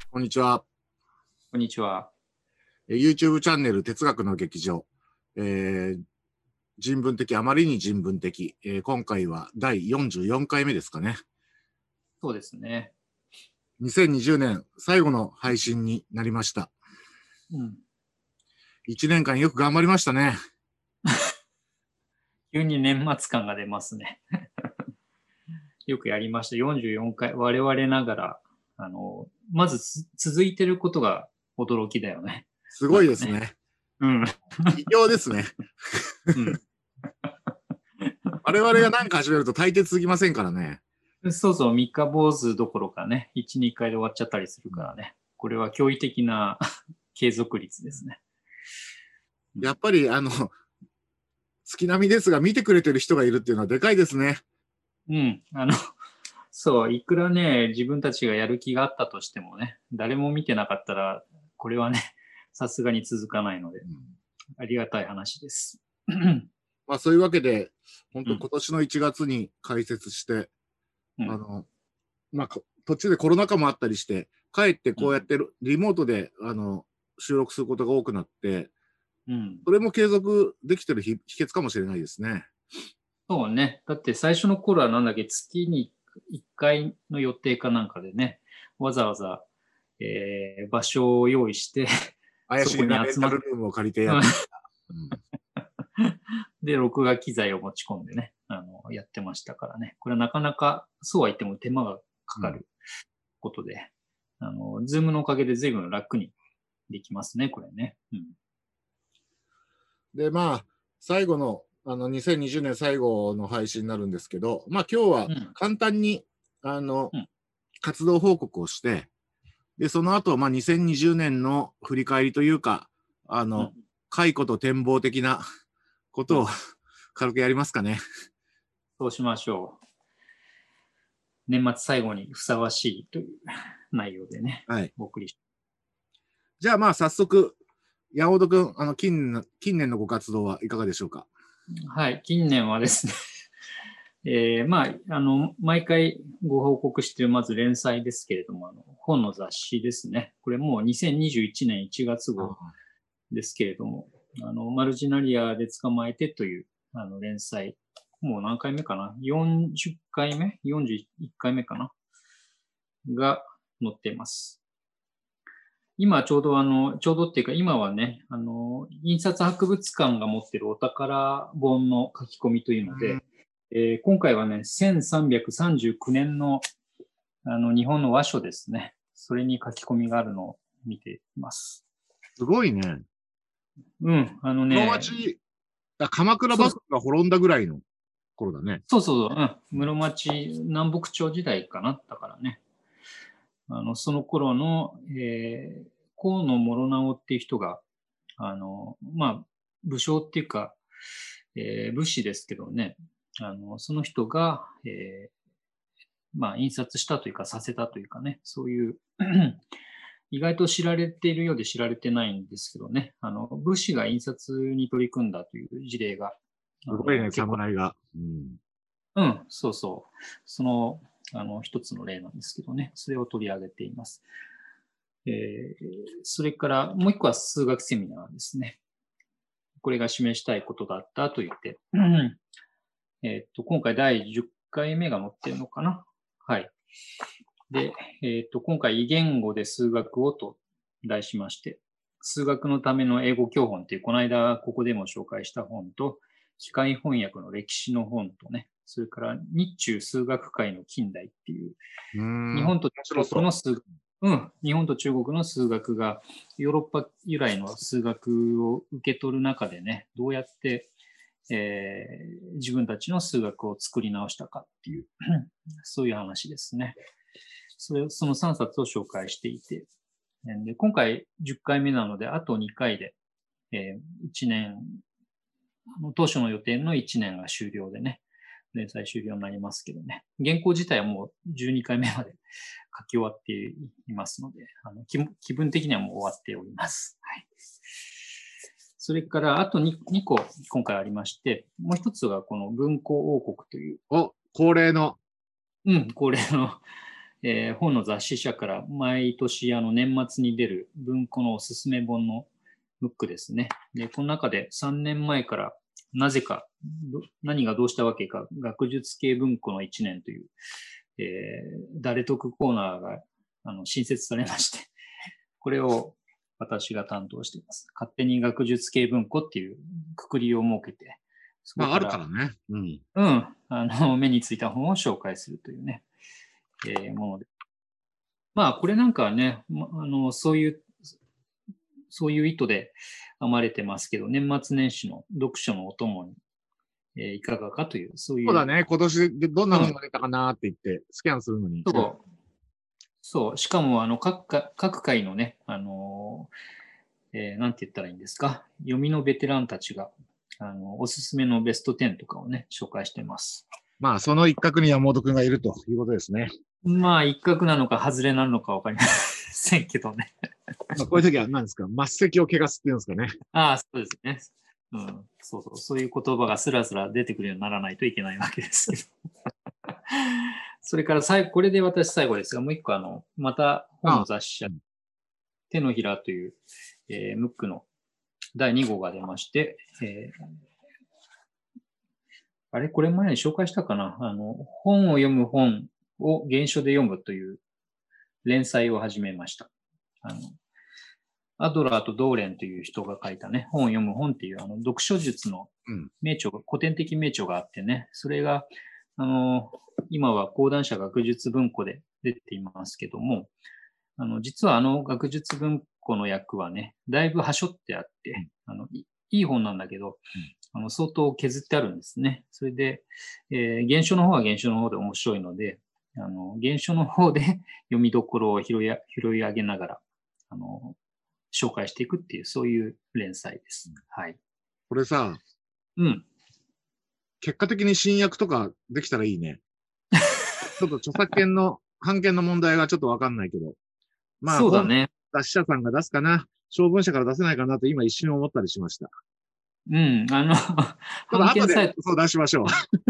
こんにちは。 こんにちは。 YouTube チャンネル哲学の劇場。人文的、あまりに人文的。今回は第44回目ですかね。 そうですね。 2020年最後の配信になりました。 うん。 1年間よく頑張りましたね。 急に年末感が出ますね。よくやりました。44回。我々ながら、まず続いてることが驚きだよね。 すごいですね。 うん。 偉業ですね。 うん。 我々が何か始めると大抵続きませんからね。 そうそう、三日坊主どころかね、1、2回で終わっちゃったりするからね。これは驚異的な継続率ですね。 やっぱり、月並みですが、見てくれてる人がいるっていうのはでかいですね。 うん。そう、いくらね、自分たちがやる気があったとしてもね、誰も見てなかったら、これはね、さすがに続かないので、ありがたい話です。 まあそういうわけで、本当今年の1月に開設して、まあ途中でコロナ禍もあったりして、かえってこうやってリモートで、収録することが多くなって、それも継続できてる秘訣かもしれないですね。 そうね。だって最初の頃はなんだっけ、月に1回の予定かなんかでね、わざわざ、場所を用意して、 怪しいなレンタルルームを借りてやってた。で、録画機材を持ち込んでね、やってましたからね。これはなかなか、そうは言っても手間がかかることで、ズームのおかげで随分楽にできますね、これね。 で、まあ、最後の、2020年最後の配信になるんですけど、まあ今日は簡単に、活動報告をして、で、その後、まあ2020年の振り返りというか、解雇と展望的なことを軽くやりますかね。 そうしましょう。年末最後にふさわしいという内容でね、 はい。 お送りしじゃあまあ早速、山本君、近年のご活動はいかがでしょうか。 はい、近年はですね、まあ、毎回ご報告しているまず連載ですけれども、本の雑誌ですね。これもう2021年1月号ですけれども、マルジナリアで捕まえてという連載、もう何回目かな ?40 回目 ?41 回目かなが載っています。今ちょうどちょうどっていうか今はね、印刷博物館が持っているお宝本の書き込みというので、今回はね、1339年の日本の和書ですね。それに書き込みがあるのを見ています。 すごいね。 うん、 鎌倉幕府が滅んだぐらいの頃だね。 そうそうそう、室町南北朝時代かなだからね。その頃の、河野諸直っていう人が、まあ、武将っていうか、武士ですけどね、その人が、まあ、印刷したというか、させたというかね、そういう意外と知られているようで知られてないんですけどね、武士が印刷に取り組んだという事例が。 すごいね、侍が。 そうそう。その、一つの例なんですけどね、それを取り上げています。それからもう一個は数学セミナーですね。これが示したいことだったと言って、今回第10回目が載ってるのかな。はい。で、今回異言語で数学をと題しまして、数学のための英語教本という、この間ここでも紹介した本と、機械翻訳の歴史の本とね、それから日中数学会の近代っていう、日本と中国の数学、日本と中国の数学がヨーロッパ由来の数学を受け取る中でね、どうやって、自分たちの数学を作り直したかっていう、そういう話ですね。その3冊を紹介していて、で今回10回目なので、あと2回で、1年、当初の予定の1年が終了でね、連載終了になりますけどね、原稿自体はもう12回目まで書き終わっていますので、気分的にはもう終わっております。はい、それから、あと 2個今回ありまして、もう一つがこの文庫王国という。 恒例の。 恒例の、 本の雑誌社から毎年年末に出る文庫のおすすめ本のブックですね。で、この中で3年前からなぜか何がどうしたわけか学術系文庫の1年という、誰得コーナーが新設されまして、これを私が担当しています。勝手に学術系文庫っていうくくりを設けて、 まあ、あるからね。 うん。目についた本を紹介するというね、もので。まあ、これなんかはね、そういう意図で編まれてますけど、年末年始の読書のお供に、いかがかという、そういう。 そうだね。今年でどんな本が出たかなって言って、スキャンするのに。 そう。しかも、各回のね、なんて言ったらいいんですか。読みのベテランたちが、おすすめのベスト10とかをね、紹介してます。 まあ、その一角に山本くんがいるということですね。 まあ、一角なのか、外れなのかわかりませんけどね。 まあ、こういう時は何ですか、末席を汚すっていうんですかね。 ああ、そうですね。そういう言葉がスラスラ出てくるようにならないといけないわけですけど。それからこれで私最後ですが、もう一個また本の雑誌社、手のひらという、ムックの第2号が出まして、これ前に紹介したかな、本を読む本を原書で読むという連載を始めました。アドラーとドーレンという人が書いたね、本を読む本っていう読書術の名著、古典的名著があってね、それが、今は講談社学術文庫で出ていますけども、実は学術文庫の訳はね、だいぶはしょってあって、いい本なんだけど、相当削ってあるんですね。それで、原書の方は原書の方で面白いので、原書の方で読みどころを拾い上げながら、紹介していくっていう、そういう連載です。はい。 これさ、結果的に新訳とかできたらいいね。ちょっと著作権の、版権の問題がちょっとわかんないけど。まあ、 そうだね。 雑誌社さんが出すかな。小文社から出せないかなと今一瞬思ったりしました。 版権サイト。そう出しましょう。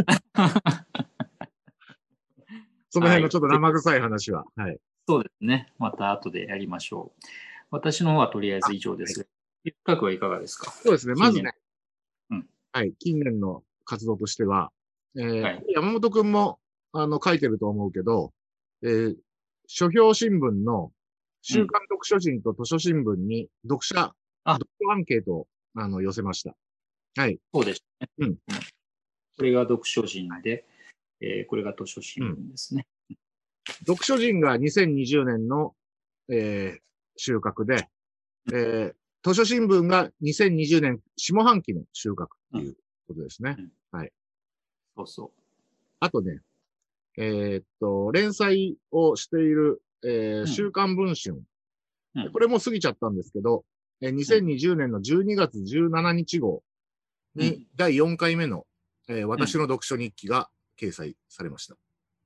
その辺のちょっと生臭い話は。はい。 そうですね。また後でやりましょう。私の方はとりあえず以上です。深くはいかがですか？ そうですね。まずね、はい、近年の活動としては、山本くんも書いてると思うけど、書評新聞の週刊読書人と図書新聞に読書アンケートを寄せました。はい。 そうでしたね。これが読書人で、これが図書新聞ですね。 読書人が2020年の、収穫で、図書新聞が2020年下半期の収穫っていうことですね。はい。 そうそう。 あとね、連載をしている、週刊文春。これも過ぎちゃったんですけど、2020年の12月17日号に第4回目の、私の読書日記が掲載されました。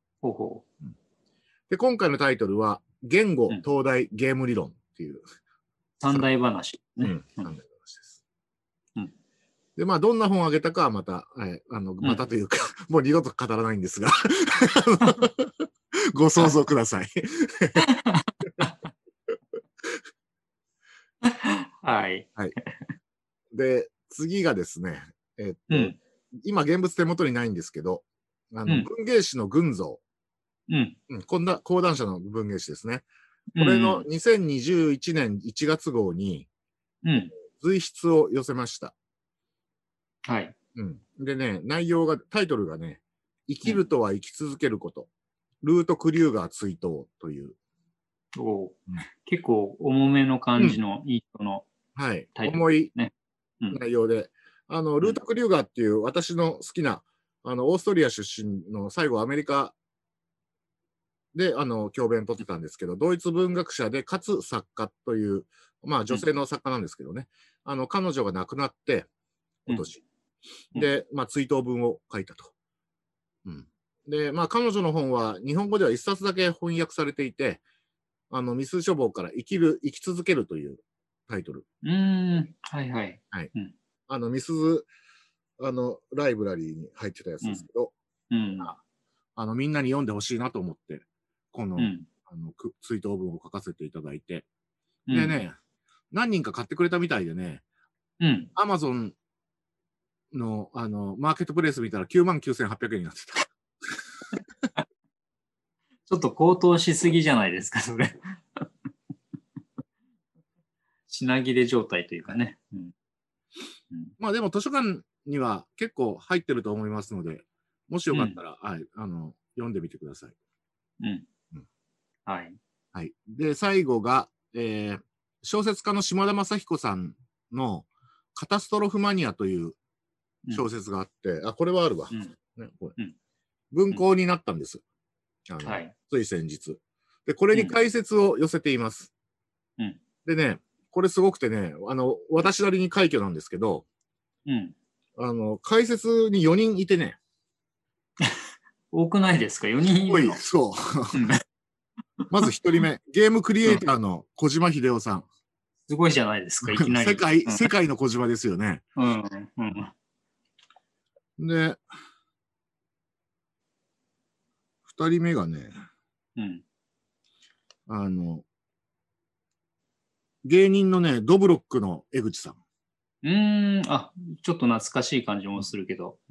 で、今回のタイトルは、言語、東大、ゲーム理論っていう。 三大話。三大話です。 で、まあ、どんな本をあげたかはまた、またというか、もう二度と語らないんですが、ご想像ください。 はい。 はい。で、次がですね、今現物手元にないんですけど、文芸誌の群像。講談社の文芸誌ですね。これの2021年1月号に、随筆を寄せました。 はい。 でね、タイトルがね、生きるとは生き続けること。ルート・クリューガー追悼という。 結構重めの感じのいい人のタイトル、重い内容で、ルート・クリューガーっていう私の好きな、オーストリア出身の最後アメリカで、教鞭取ってたんですけど、ドイツ文学者で、かつ作家という、まあ女性の作家なんですけどね、彼女が亡くなって、今年。で、まあ追悼文を書いたと。で、まあ彼女の本は、日本語では一冊だけ翻訳されていて、ミス書房から生き続けるというタイトル。 はいはい。 はい。ミスライブラリーに入ってたやつですけど、みんなに読んでほしいなと思ってこの、追悼文を書かせていただいて。でね、何人か買ってくれたみたいでね、アマゾンの、マーケットプレイス見たら99,800円になってた。 ちょっと高騰しすぎじゃないですか、それ。品切れ状態というかね。 まあでも図書館には結構入ってると思いますので、もしよかったら、はい、読んでみてください。 はい。 はい。で、最後が、小説家の島田正彦さんのカタストロフマニアという小説があって、これはあるわ。ね、これ文庫になったんです。つい先日。で、これに解説を寄せています。でね、これすごくてね、私なりに快挙なんですけど、解説に4人いてね。 多くないですか ?4 人いるの。 そう。まず1人目、ゲームクリエイターの小島秀夫さん。 すごいじゃないですか、いきなり。 世界の小島ですよね。で、2人目がね、芸人のね、ドブロックの江口さん。 ちょっと懐かしい感じもするけど。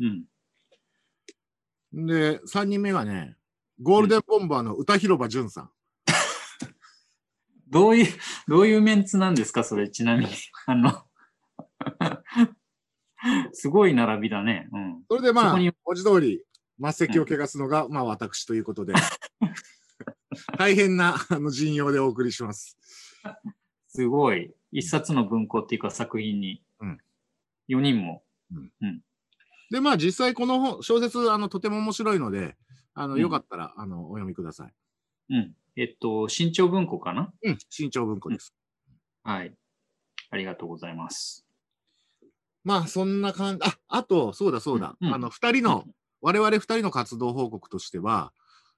で、3人目がね、ゴールデンボンバーの歌広場淳さん。 どういうメンツなんですか、それ、ちなみに。すごい並びだね。 それでまあ、文字通り、末席を汚すのが、まあ私ということで、大変な陣容でお送りします。 すごい。一冊の文庫っていうか作品に、4人も。 で、まあ実際この小説、とても面白いので、よかったら、お読みください。 新潮文庫かな？ 新潮文庫です。 はい。ありがとうございます。 まあ、そんな感じ。あと、そうだ。我々2人の活動報告としては、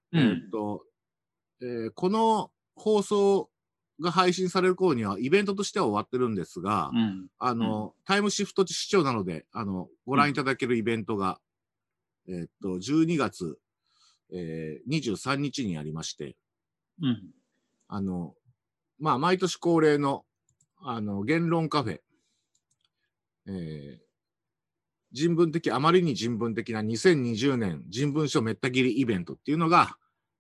この放送が配信される頃にはイベントとしては終わってるんですが、タイムシフト視聴なので、ご覧いただけるイベントが、12月、23日にありまして、まあ、毎年恒例の、言論カフェ、あまりに人文的な2020年人文書めった切りイベントっていうのが、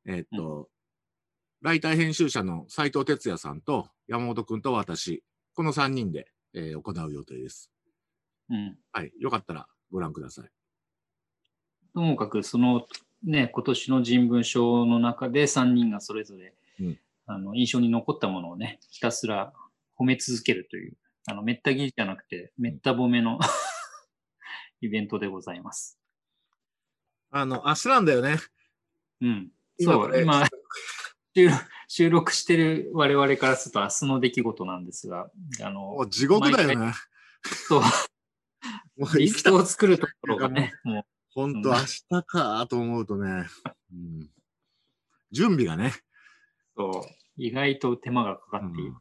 ライター編集者の斉藤哲也さんと山本くんと私、この3人で、行う予定です。はい。よかったらご覧ください。 ともかく、そのね、今年の人文書の中で3人がそれぞれ、印象に残ったものをね、ひたすら褒め続けるという、めった切りじゃなくて、めった褒めのイベントでございます。 明日なんだよね。 そう、今、収録してる我々からすると明日の出来事なんですが、 もう地獄だよね。 そう。リストを作るところがね、もう。 本当、明日かと思うとね、準備がね。 そう、意外と手間がかかっている。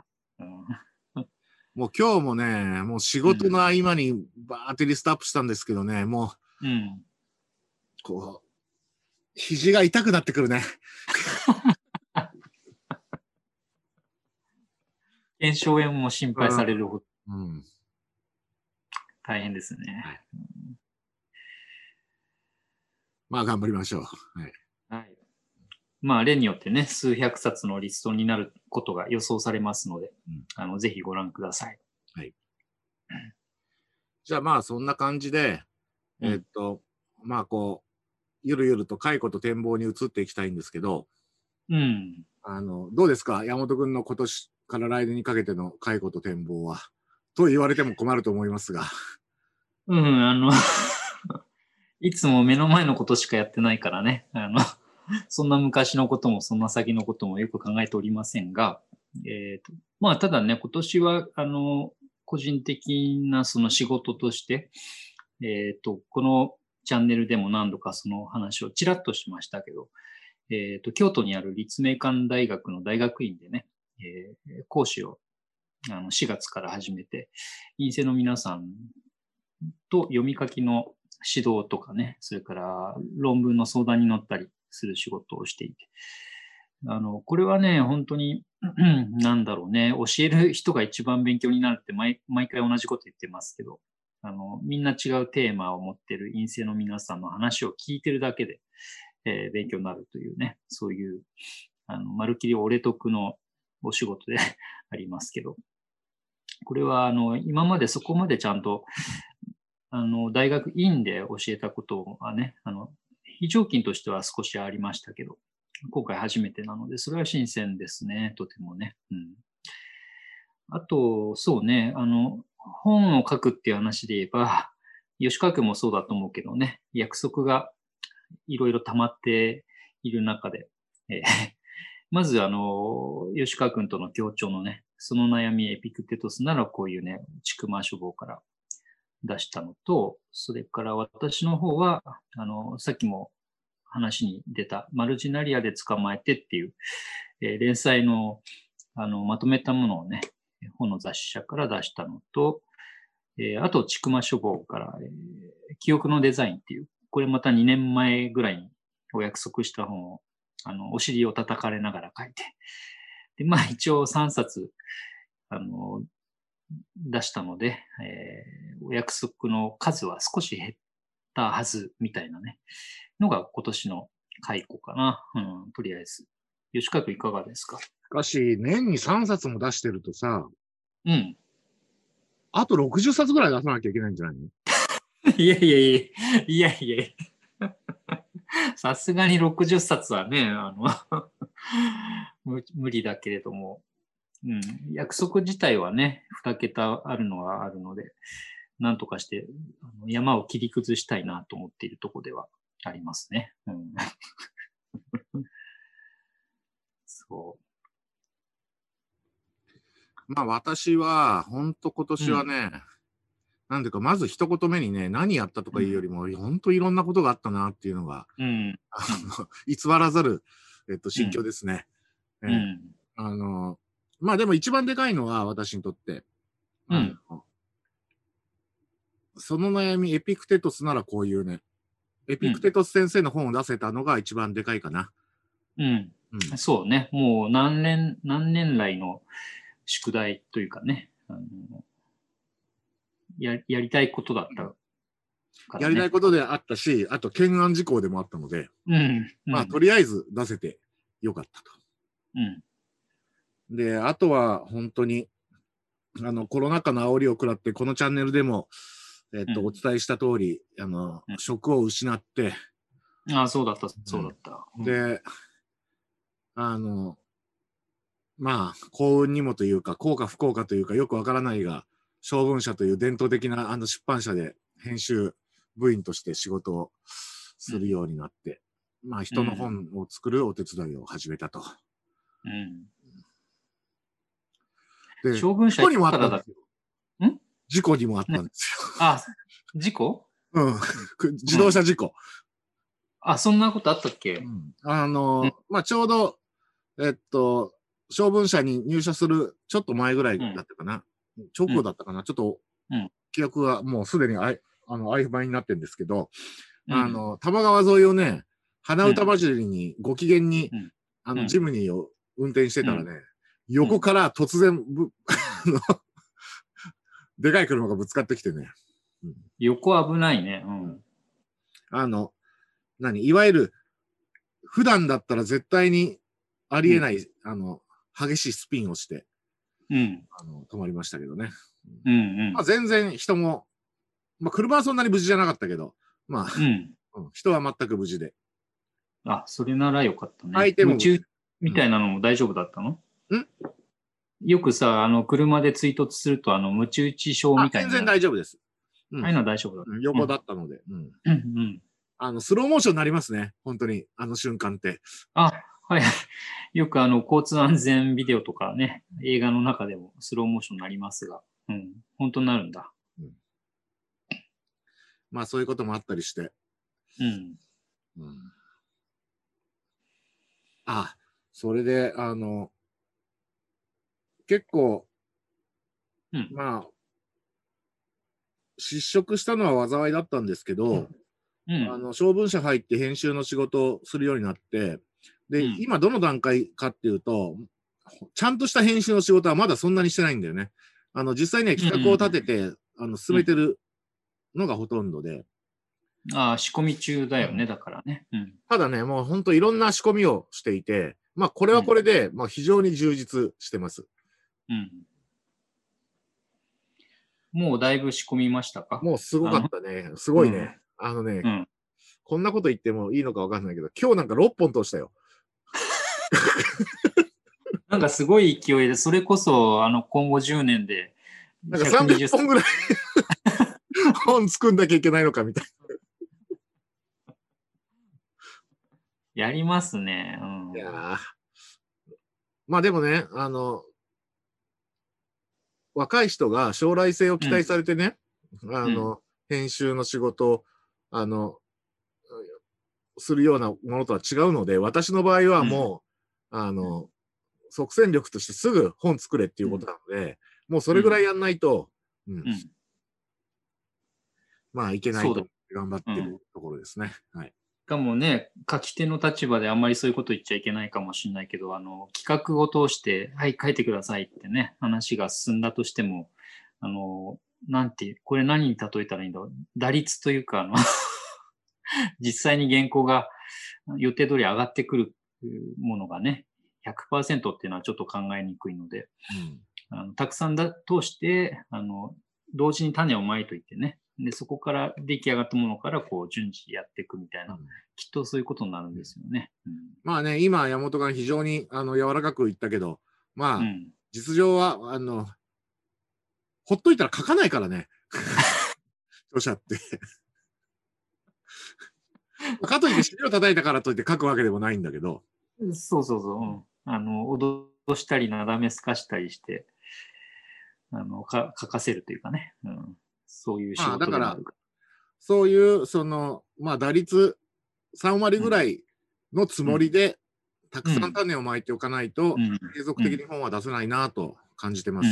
もう今日もね、もう仕事の合間にバーってリストアップしたんですけどね、もう、こう、肘が痛くなってくるね。 腱鞘炎も心配されるほど。大変ですね。 まあ頑張りましょう。 はい。まあ例によってね、数百冊のリストになることが予想されますので、ぜひご覧ください。 はい。じゃあまあそんな感じで、まあこう、ゆるゆると解雇と展望に移っていきたいんですけど、どうですか山本君の今年から来年にかけての解雇と展望は。と言われても困ると思いますが。 いつも目の前のことしかやってないからね。そんな昔のこともそんな先のこともよく考えておりませんが、まあただね、今年は個人的なその仕事として、このチャンネルでも何度かその話をちらっとしましたけど、京都にある立命館大学の大学院でね、講師を4月から始めて、院生の皆さんと読み書きの指導とかね、それから論文の相談に乗ったりする仕事をしていて、 これはね、本当に、なんだろうね、教える人が一番勉強になるって毎回同じこと言ってますけど、みんな違うテーマを持ってる院生の皆さんの話を聞いてるだけで、勉強になるというね、そういう、まるっきり俺得のお仕事でありますけど、これは、今までそこまでちゃんと、大学院で教えたことはね、非常勤としては少しありましたけど、今回初めてなので、それは新鮮ですね、とてもね。うん。あと、そうね、本を書くっていう話で言えば、吉川君もそうだと思うけどね、約束がいろいろ溜まっている中で、まず吉川君との協調のね、その悩みエピクテトスならこういうね、ちくま書房から出したのと、それから私の方は、さっきも話に出たマルジナリアで捕まえてっていう、連載のまとめたものをね、本の雑誌社から出したのと、あと、ちくま書房から、記憶のデザインっていう、これまた2年前ぐらいにお約束した本を、お尻を叩かれながら書いて、で、まあ一応3冊、出したので、お約束の数は少し減ったはずみたいなね、のが今年の解雇かな。うん、とりあえず。吉川君いかがですか？ しかし、年に3冊も出してるとさ、 うん。 あと60冊ぐらい出さなきゃいけないんじゃないの？ いやいやいや、いやいや。さすがに60冊はね、無理だけれども、うん、約束自体はね、2桁あるのはあるので、なんとかして山を切り崩したいなと思っているところではありますね。うん、そまあ私は、ほんと今年はね、なんていうか、まず一言目にね、何やったとかいうよりも、ほんといろんなことがあったなっていうのが、 うん。 偽らざる、心境ですね。 うん。 まあでも一番でかいのは、私にとって、 うん。 その悩み、エピクテトスならこういうね、エピクテトス先生の本を出せたのが一番でかいかな。 うん。そうね。もう何年来の宿題というかね、やりたいことだったからね。 やりたいことであったし、あと懸案事項でもあったので、まあとりあえず出せてよかったと。で、あとは本当に、コロナ禍の煽りを食らって、このチャンネルでも、お伝えした通り、職を失って。 ああ、そうだった、そうだった。 で、まあ、幸運にもというか、幸か不幸かというか、よくわからないが、小文社という伝統的な出版社で編集部員として仕事をするようになって、まあ、人の本を作るお手伝いを始めたと。で、 小文社事故にもあったんですよ。事故にもあったんですよ。あ、事故？ 自動車事故。 あ、そんなことあったっけ？ まあ、ちょうど、小文社に入社するちょっと前ぐらいだったかな。直後だったかな。ちょっと、記憶はもうすでに曖昧になってるんですけど、多摩川沿いをね、鼻歌交じりにご機嫌に、ジムニーを運転してたらね、横から突然でかい車がぶつかってきてね。 横危ないね。 いわゆる、普段だったら絶対にありえない、激しいスピンをして、止まりましたけどね。まあ全然人も、まあ車はそんなに無事じゃなかったけど、まあ、人は全く無事で。 あ、それならよかったね。 相手も。 夢中みたいなのも大丈夫だったの？よくさ、車で追突すると、ムチ打ち症みたいな。 全然大丈夫です。 ああいうのは大丈夫だ。 横だったので。スローモーションになりますね。本当に、瞬間って。 あ、はい。よく交通安全ビデオとかね、映画の中でもスローモーションになりますが、本当になるんだ。 まあ、そういうこともあったりして。それで、結構、まあ、失職したのは災いだったんですけど、小文社入って編集の仕事をするようになって、 で、今どの段階かっていうと、ちゃんとした編集の仕事はまだそんなにしてないんだよね。実際には企画を立てて、進めてるのがほとんどで。 ああ、仕込み中だよね、だからね。 ただね、もう本当いろんな仕込みをしていて、まあこれはこれで、まあ非常に充実してます。 もうだいぶ仕込みましたか？ もうすごかったね。すごいね。こんなこと言ってもいいのかわかんないけど、今日なんか6本通したよ。 なんかすごい勢いで、それこそ今後10年でなんか300本ぐらい本作んなきゃいけないのかみたいな。やりますね。 いやまあでもね、若い人が将来性を期待されてね、編集の仕事を、するようなものとは違うので、私の場合はもう、即戦力としてすぐ本作れっていうことなので、もうそれぐらいやんないと、まあいけないと頑張ってるところですね。はい。 かもね、書き手の立場であんまりそういうこと言っちゃいけないかもしれないけど、企画を通して、はい、書いてくださいってね、話が進んだとしても、これ何に例えたらいいんだろう。打率というか、実際に原稿が予定通り上がってくるものがね、100% っていうのはちょっと考えにくいので、たくさん通して、同時に種をまいといてね、で、そこから出来上がったものからこう順次やっていくみたいな、きっとそういうことになるんですよね。 まあね、今、山本が非常に柔らかく言ったけど、まあ、実情は、ほっといたら書かないからね。著者って。かといって尻を叩いたからといって書くわけでもないんだけど。 そうそうそう。脅したりなだめすかしたりして、書かせるというかね。そういう仕事でもあるから。 そういう、まあ、打率3割ぐらいのつもりで、たくさん種をまいておかないと、継続的に本は出せないなと感じてます。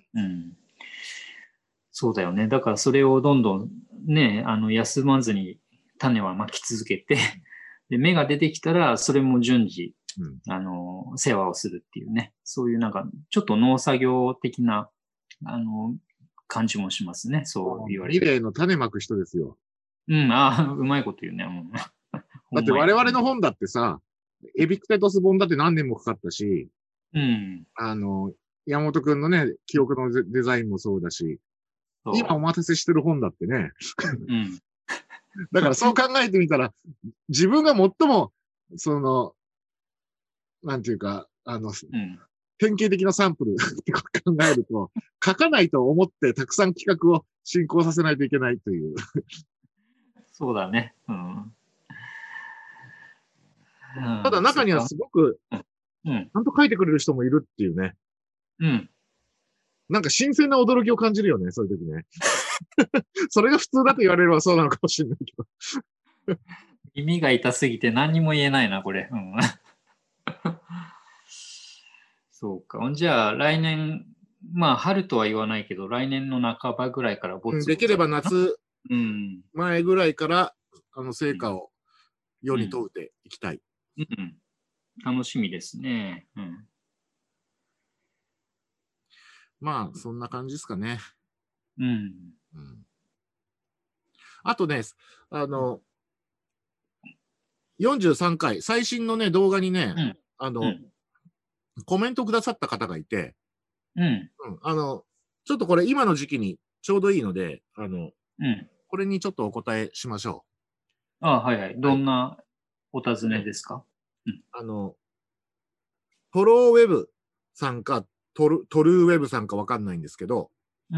そうだよね。だからそれをどんどんね、休まずに種はまき続けて、で、芽が出てきたら、それも順次、世話をするっていうね。そういうなんか、ちょっと農作業的な、感じもしますね。そう言われて。 リレーの種まく人ですよ。 うまいこと言うね。 だって我々の本だってさ、エビクテトス本だって何年もかかったし、山本くんのね、記憶のデザインもそうだし、今お待たせしてる本だってね。だからそう考えてみたら、自分が最も、なんていうか、典型的なサンプルって考えると、書かないと思ってたくさん企画を進行させないといけないという。 そうだね。 ただ中にはすごく、ちゃんと書いてくれる人もいるっていうね。なんか新鮮な驚きを感じるよね、そういう時ね。それが普通だと言われればそうなのかもしれないけど。 耳が痛すぎて何にも言えないな、これ。そうか。じゃあ、来年、まあ、春とは言わないけど、来年の半ばぐらいからできれば夏前ぐらいから、成果を世に問うていきたい。 楽しみですね。 まあ、そんな感じですかね。あとね、43回、最新のね、動画にね、コメントくださった方がいて、ちょっとこれ今の時期にちょうどいいので、これにちょっとお答えしましょう。はいはい。どんなお尋ねですか？ トローウェブさんか、トルーウェブさんかわかんないんですけど、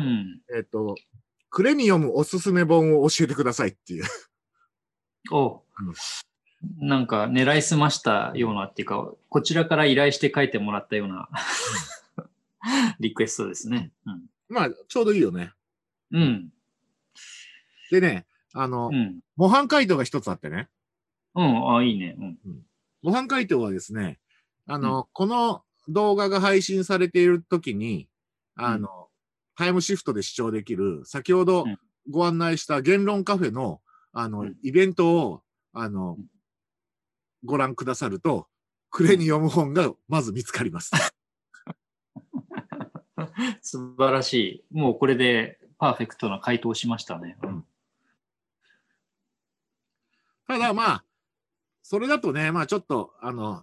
クレミオムおすすめ本を教えてくださいっていう。 なんか狙いすましたようなっていうか、こちらから依頼して書いてもらったようなリクエストですね。 まあ、ちょうどいいよね。でね、模範解答が一つあってね。 いいね。 模範解答はですね、この動画が配信されているときに、タイムシフトで視聴できる、先ほどご案内した言論カフェの、イベントを、ご覧くださると、 暮れに読む本がまず見つかります。 素晴らしい。もうこれでパーフェクトな回答をしましたね。 ただまあ、それだとね、まあちょっと、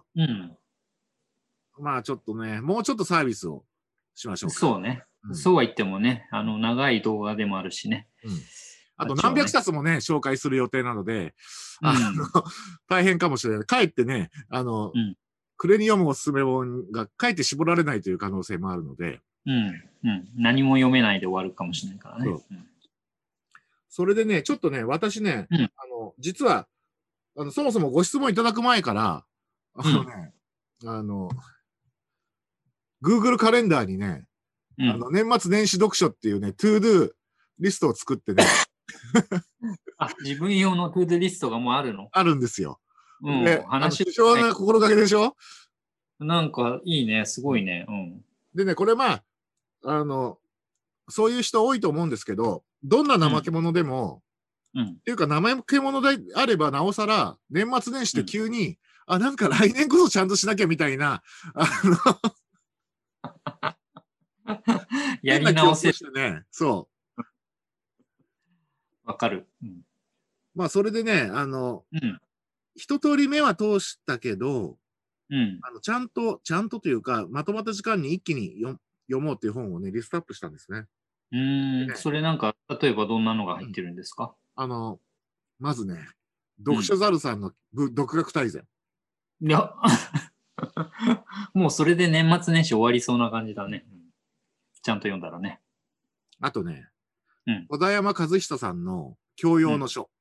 まあちょっとね、もうちょっとサービスをしましょうか。 そうね。そうは言ってもね、長い動画でもあるしね。 あと何百冊もね、紹介する予定なので、大変かもしれない。かえってね、暮れに読むおすすめ本がかえって絞られないという可能性もあるので。 何も読めないで終わるかもしれないからね。 それでね、ちょっとね、私ね、実は、そもそもご質問いただく前から、Google カレンダーにね、年末年始読書っていうね、トゥードゥリストを作ってね。 自分用のトゥードゥリストがもうあるの？ あるんですよ。 で、 貴重な心がけでしょ？ なんかいいね、すごいね。 でね、これまあ、そういう人多いと思うんですけど、どんな怠け者でも、っていうか怠け者であればなおさら、年末年始って急に、なんか来年こそちゃんとしなきゃみたいな、 やり直せしてね、そう。 わかる。 まあ、それでね、一通り目は通したけど、ちゃんとというか、まとまった時間に一気に読もうっていう本をね、リストアップしたんですね。 それなんか、例えばどんなのが入ってるんですか？ まずね、読書ザルさんの独学大全。 いや、もうそれで年末年始終わりそうな感じだね。ちゃんと読んだらね。 あとね、小田山和久さんの教養の書。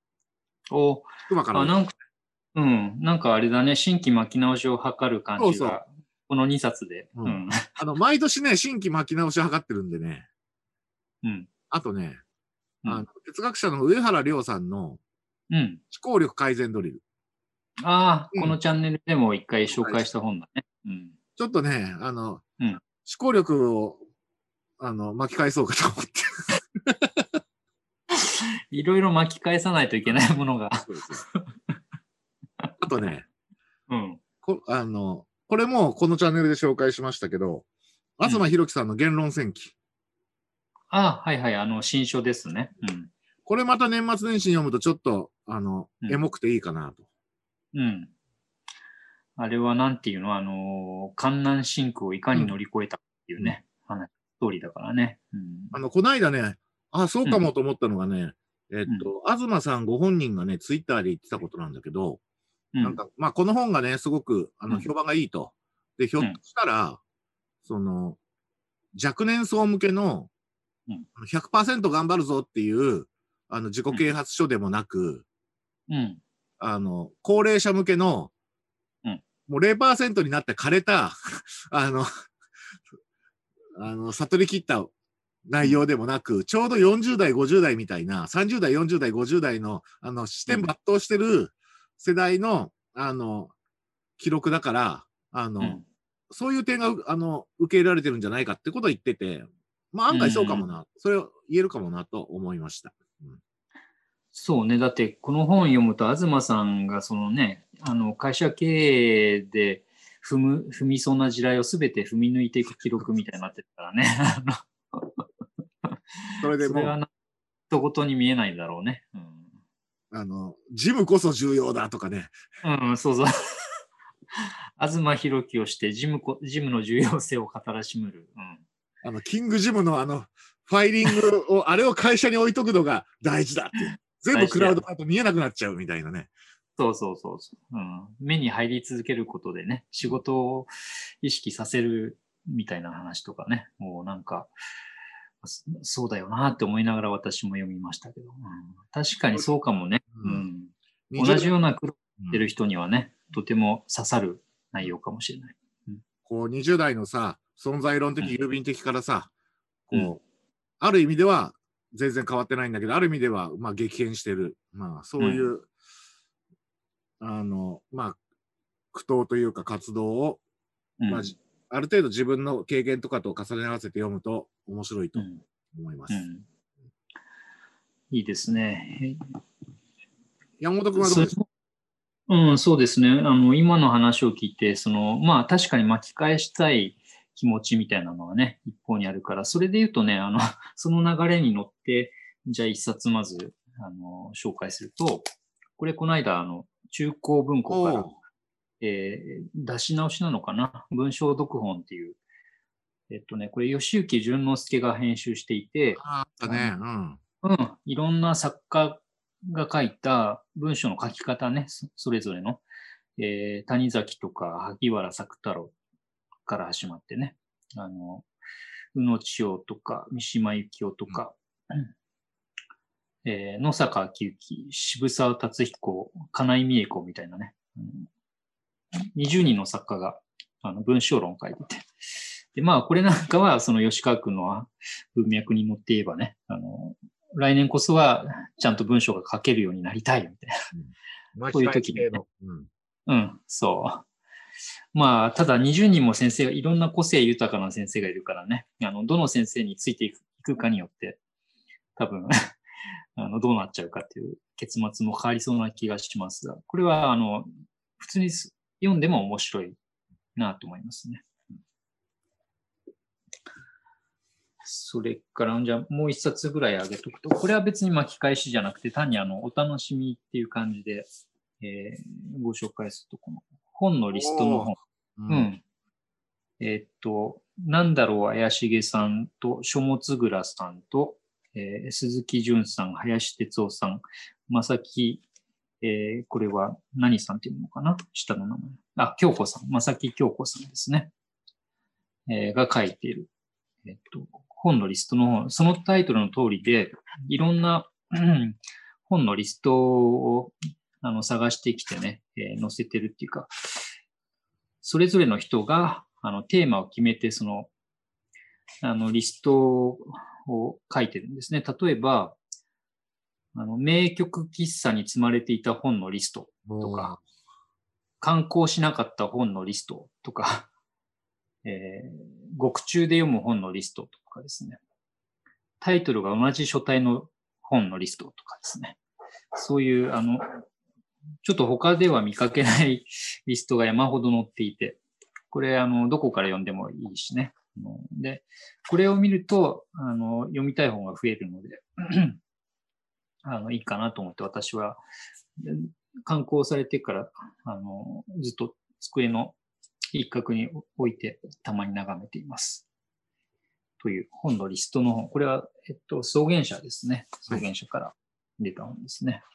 なんかあれだね、新規巻き直しを図る感じが、この2冊で。 毎年ね、新規巻き直しを図ってるんでね。あとね、哲学者の上原亮さんの思考力改善ドリル。 このチャンネルでも一回紹介した本だね。 ちょっとね、思考力を、巻き返そうかと思って。 いろいろ巻き返さないといけないものが。 あとね、これもこのチャンネルで紹介しましたけど、東博樹さんの言論戦記。 はいはい、新書ですね。 これまた年末年始に読むとちょっと、エモくていいかなと。 あれはなんていうの、関南真空をいかに乗り越えたっていうね、ストーリーだからね。 この間ね、そうかもと思ったのがね、東さんご本人がね、ツイッターで言ってたことなんだけど、なんか、まあ、この本がね、すごく、評判がいいと。で、ひょっとしたら、若年層向けの、100% 頑張るぞっていう、自己啓発書でもなく、高齢者向けの、もう 0% になって枯れた、悟り切った内容でもなく、ちょうど40代、50代みたいな、30代、40代、50代の、視点抜刀してる世代の、記録だから、そういう点が、受け入れられてるんじゃないかってことを言ってて、まあ案外そうかもな、それを言えるかもなと思いました。 そうね。だって、この本読むと、東さんが、そのね、会社経営で踏みそうな地雷をすべて踏み抜いていく記録みたいになってるからね。 それでもそれは一言に見えないだろうね。 ジムこそ重要だとかね。 そうそう。東博樹をしてジムの重要性を語らしむる。 キングジムのファイリングを、あれを会社に置いとくのが大事だって。全部クラウドだと見えなくなっちゃうみたいなね。 そう。目に入り続けることでね、仕事を意識させるみたいな話とかね、もうなんか、そうだよなって思いながら私も読みましたけど、確かにそうかもね。同じような苦労してる人にはね、とても刺さる内容かもしれない。 こう20代のさ、存在論的、郵便的からさ、ある意味では全然変わってないんだけど、ある意味ではまあ激変してる。まあそういう、まあ苦闘というか活動を、まあある程度自分の経験とかと重ね合わせて読むと面白いと思います。 いいですね。 山本君はどうですか？ うん、そうですね。今の話を聞いて、まあ確かに巻き返したい気持ちみたいなのはね、一方にあるから、それで言うとね、その流れに乗って、じゃあ一冊まず、紹介すると、これこの間、中高文庫から、出し直しなのかな、文章読本っていう、これ、吉行淳之介が編集していて、 あったね。うん。 いろんな作家が書いた文章の書き方ね、それぞれの、谷崎とか萩原作太郎から始まってね、宇野千代とか三島由紀夫とか、野坂昭之、渋沢達彦、金井美恵子みたいなね、20人の作家が文章論を書いてて、で、まあ、これなんかは、その吉川君の文脈に乗って言えばね、来年こそはちゃんと文章が書けるようになりたいみたいな。そういう時に、ね。そう。まあ、ただ20人も先生が、いろんな個性豊かな先生がいるからね、どの先生についていくかによって、多分どうなっちゃうかっていう結末も変わりそうな気がしますが、これは、普通に読んでも面白いなと思いますね。それから、じゃあもう一冊ぐらいあげとくと、これは別に巻き返しじゃなくて、単にお楽しみっていう感じで、ご紹介すると、この本のリストの本。なんだろう、怪しさんと、書物蔵さんと、鈴木淳さん、林哲夫さん、正木、これは何さんっていうのかな下の名前。京子さん、正木京子さんですね。が書いている。本のリストの本、そのタイトルの通りで、いろんな、本のリストを探してきてね、載せてるっていうか、それぞれの人がテーマを決めて、リストを書いてるんですね。例えば、名曲喫茶に積まれていた本のリストとか、刊行しなかった本のリストとか、獄中で読む本のリストとかですね。タイトルが同じ書体の本のリストとかですね。そういう、ちょっと他では見かけないリストが山ほど載っていて、これ、どこから読んでもいいしね。で、これを見ると、読みたい本が増えるので、いいかなと思って私は、刊行されてから、ずっと机の一角に置いて、たまに眺めています。という本のリストの本。これは、草原社ですね。草原社から出た本ですね。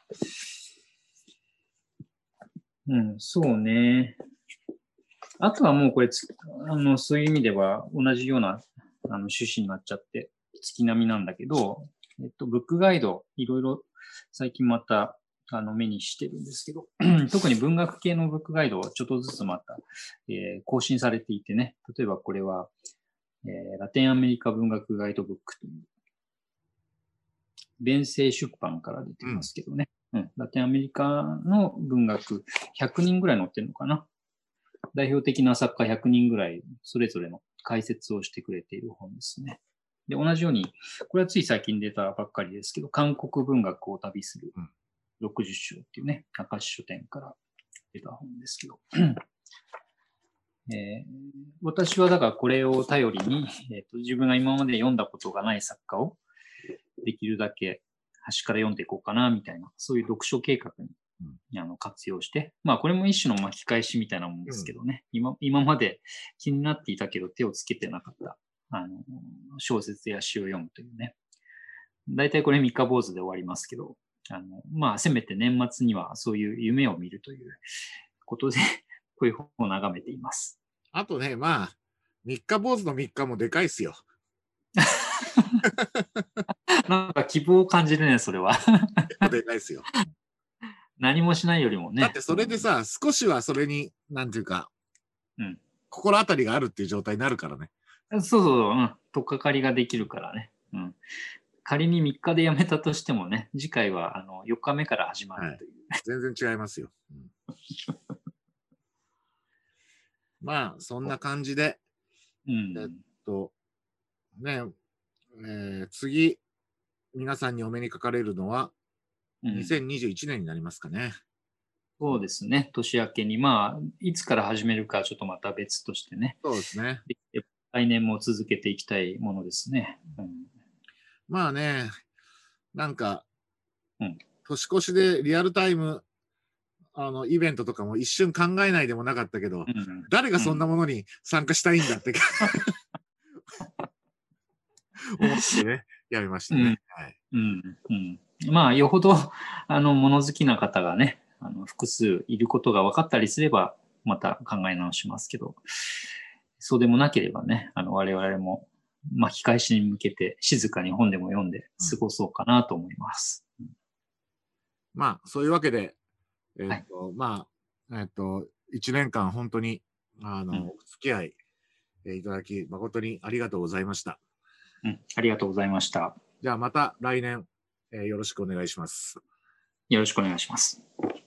そうね。あとはもうこれ、そういう意味では同じような趣旨になっちゃって、月並みなんだけど、ブックガイド、いろいろ最近また目にしてるんですけど、特に文学系のブックガイドをちょっとずつまた、更新されていてね、例えばこれは、ラテンアメリカ文学ガイドブックという、弁声出版から出てますけどね、ラテンアメリカの文学100人ぐらい載ってるのかな。代表的な作家100人ぐらいそれぞれの解説をしてくれている本ですね。で、同じように、これはつい最近出たばっかりですけど、韓国文学を旅する60章っていうね、明石書店から出た本ですけど、私はだからこれを頼りに、自分が今まで読んだことがない作家をできるだけ端から読んでいこうかなみたいな、そういう読書計画に活用して、まあこれも一種の巻き返しみたいなもんですけどね、今まで気になっていたけど手をつけてなかった小説や詩を読むというね。大体これ三日坊主で終わりますけど、まあせめて年末にはそういう夢を見るということで、こういう本を眺めています。 あとね、まあ、三日坊主の3日もでかいっすよ。 なんか希望を感じるね、それは。 でかいっすよ。 何もしないよりもね。 だってそれでさ、少しはそれに、なんていうか、心当たりがあるっていう状態になるからね。 そうそう、とっかかりができるからね。仮に3日でやめたとしてもね、次回は4日目から始まるという。 全然違いますよ。まあ、そんな感じで、次、皆さんにお目にかかれるのは、2021年になりますかね。 そうですね。年明けに、まあ、いつから始めるかちょっとまた別としてね。 そうですね。 来年も続けていきたいものですね。 まあね、なんか、 うん、 年越しでリアルタイム、イベントとかも一瞬考えないでもなかったけど、誰がそんなものに参加したいんだって、思ってね、やめましたね。はい。 まあ、よほど、物好きな方がね、複数いることが分かったりすれば、また考え直しますけど、そうでもなければね、我々も巻き返しに向けて静かに本でも読んで過ごそうかなと思います。 まあ、そういうわけで、 はい。 まあ、1年間本当に、お付き合い、いただき、誠にありがとうございました。 ありがとうございました。 じゃあまた来年、よろしくお願いします。 よろしくお願いします。